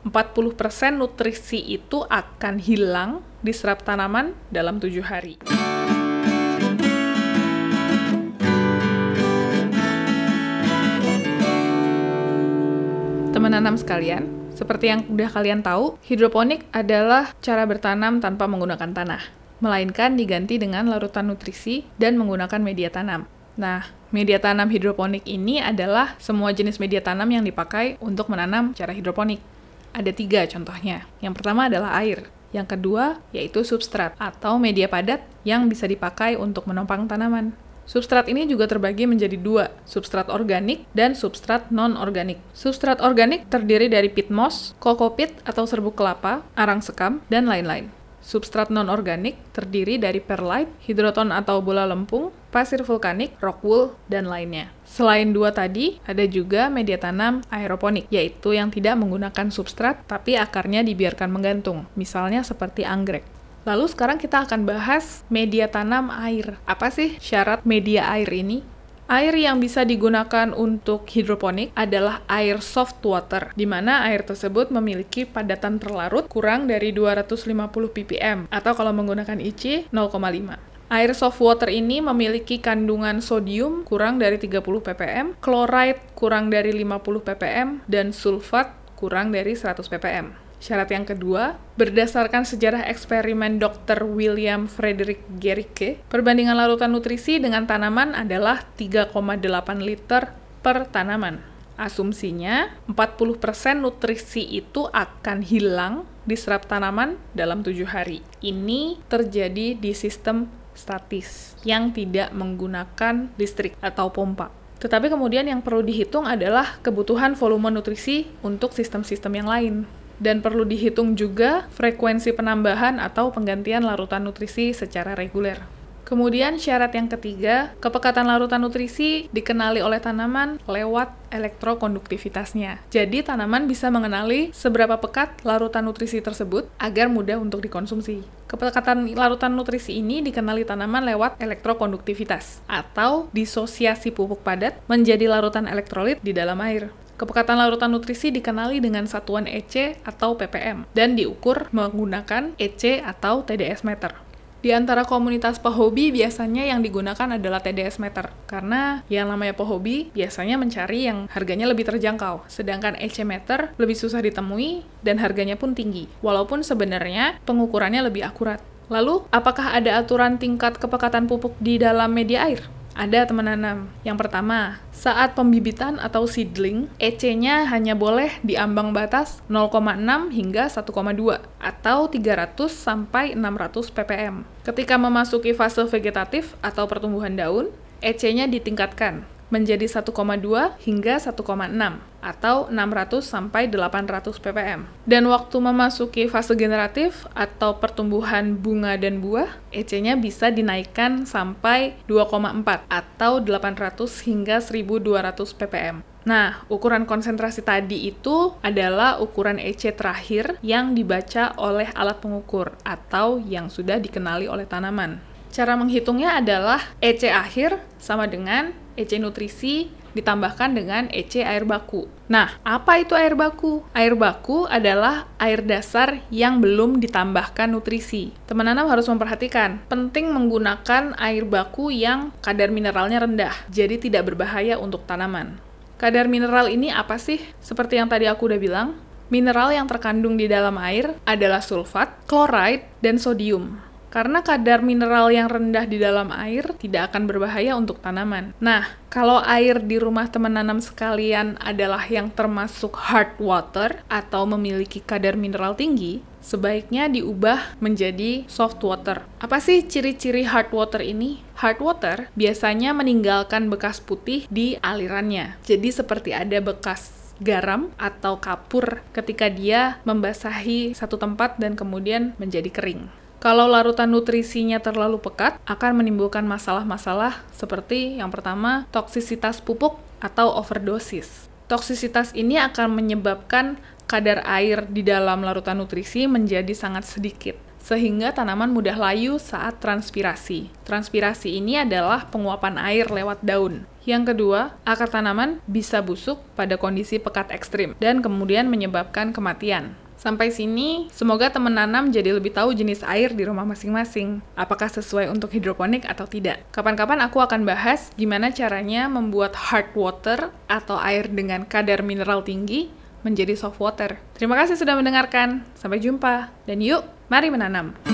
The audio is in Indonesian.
40% nutrisi itu akan hilang diserap tanaman dalam 7 hari. Teman nanam sekalian, seperti yang udah kalian tahu, hidroponik adalah cara bertanam tanpa menggunakan tanah, melainkan diganti dengan larutan nutrisi dan menggunakan media tanam. Nah, media tanam hidroponik ini adalah semua jenis media tanam yang dipakai untuk menanam cara hidroponik. Ada 3 contohnya. Yang pertama adalah air. Yang kedua yaitu substrat atau media padat yang bisa dipakai untuk menopang tanaman. Substrat ini juga terbagi menjadi 2, substrat organik dan substrat non-organik. Substrat organik terdiri dari peat moss, kokopit atau serbuk kelapa, arang sekam, dan lain-lain. Substrat non-organik terdiri dari perlite, hidroton atau bola lempung, pasir vulkanik, rock wool, dan lainnya. Selain 2 tadi, ada juga media tanam aeroponik, yaitu yang tidak menggunakan substrat, tapi akarnya dibiarkan menggantung, misalnya seperti anggrek. Lalu sekarang kita akan bahas media tanam air. Apa sih syarat media air ini? Air yang bisa digunakan untuk hidroponik adalah air soft water, di mana air tersebut memiliki padatan terlarut kurang dari 250 ppm, atau kalau menggunakan IC, 0,5. Air soft water ini memiliki kandungan sodium kurang dari 30 ppm, chloride kurang dari 50 ppm, dan sulfat kurang dari 100 ppm. Syarat yang kedua, berdasarkan sejarah eksperimen Dr. William Frederick Gericke, perbandingan larutan nutrisi dengan tanaman adalah 3,8 liter per tanaman. Asumsinya, 40% nutrisi itu akan hilang diserap tanaman dalam 7 hari. Ini terjadi di sistem statis yang tidak menggunakan listrik atau pompa. Tetapi kemudian yang perlu dihitung adalah kebutuhan volume nutrisi untuk sistem-sistem yang lain. Dan perlu dihitung juga frekuensi penambahan atau penggantian larutan nutrisi secara reguler. Kemudian syarat yang ketiga, kepekatan larutan nutrisi dikenali oleh tanaman lewat elektrokonduktivitasnya. Jadi tanaman bisa mengenali seberapa pekat larutan nutrisi tersebut agar mudah untuk dikonsumsi. Kepekatan larutan nutrisi ini dikenali tanaman lewat elektrokonduktivitas atau disosiasi pupuk padat menjadi larutan elektrolit di dalam air. Kepekatan larutan nutrisi dikenali dengan satuan EC atau ppm dan diukur menggunakan EC atau TDS meter. Di antara komunitas pehobi biasanya yang digunakan adalah TDS meter, karena yang namanya pehobi biasanya mencari yang harganya lebih terjangkau, sedangkan EC meter lebih susah ditemui dan harganya pun tinggi, walaupun sebenarnya pengukurannya lebih akurat. Lalu, apakah ada aturan tingkat kepekatan pupuk di dalam media air? Ada teman nanam. Yang pertama, saat pembibitan atau seedling, EC-nya hanya boleh di ambang batas 0,6 hingga 1,2 atau 300 sampai 600 ppm. Ketika memasuki fase vegetatif atau pertumbuhan daun, EC-nya ditingkatkan menjadi 1,2 hingga 1,6 atau 600 sampai 800 ppm. Dan waktu memasuki fase generatif atau pertumbuhan bunga dan buah, EC-nya bisa dinaikkan sampai 2,4 atau 800 hingga 1200 ppm. Nah, ukuran konsentrasi tadi itu adalah ukuran EC terakhir yang dibaca oleh alat pengukur atau yang sudah dikenali oleh tanaman. Cara menghitungnya adalah EC akhir sama dengan EC nutrisi ditambahkan dengan EC air baku. Nah, apa itu air baku? Air baku adalah air dasar yang belum ditambahkan nutrisi. Teman nanam harus memperhatikan, penting menggunakan air baku yang kadar mineralnya rendah, jadi tidak berbahaya untuk tanaman. Kadar mineral ini apa sih? Seperti yang tadi aku udah bilang, mineral yang terkandung di dalam air adalah sulfat, chloride, dan sodium. Karena kadar mineral yang rendah di dalam air tidak akan berbahaya untuk tanaman. Nah, kalau air di rumah teman nanam sekalian adalah yang termasuk hard water atau memiliki kadar mineral tinggi, sebaiknya diubah menjadi soft water. Apa sih ciri-ciri hard water ini? Hard water biasanya meninggalkan bekas putih di alirannya. Jadi seperti ada bekas garam atau kapur ketika dia membasahi satu tempat dan kemudian menjadi kering. Kalau larutan nutrisinya terlalu pekat, akan menimbulkan masalah-masalah seperti yang pertama, toksisitas pupuk atau overdosis. Toksisitas ini akan menyebabkan kadar air di dalam larutan nutrisi menjadi sangat sedikit, sehingga tanaman mudah layu saat transpirasi. Transpirasi ini adalah penguapan air lewat daun, Yang kedua, akar tanaman bisa busuk pada kondisi pekat ekstrim dan kemudian menyebabkan kematian. Sampai sini, semoga teman nanam jadi lebih tahu jenis air di rumah masing-masing. Apakah sesuai untuk hidroponik atau tidak. Kapan-kapan aku akan bahas gimana caranya membuat hard water atau air dengan kadar mineral tinggi menjadi soft water. Terima kasih sudah mendengarkan. Sampai jumpa. Dan yuk, mari menanam.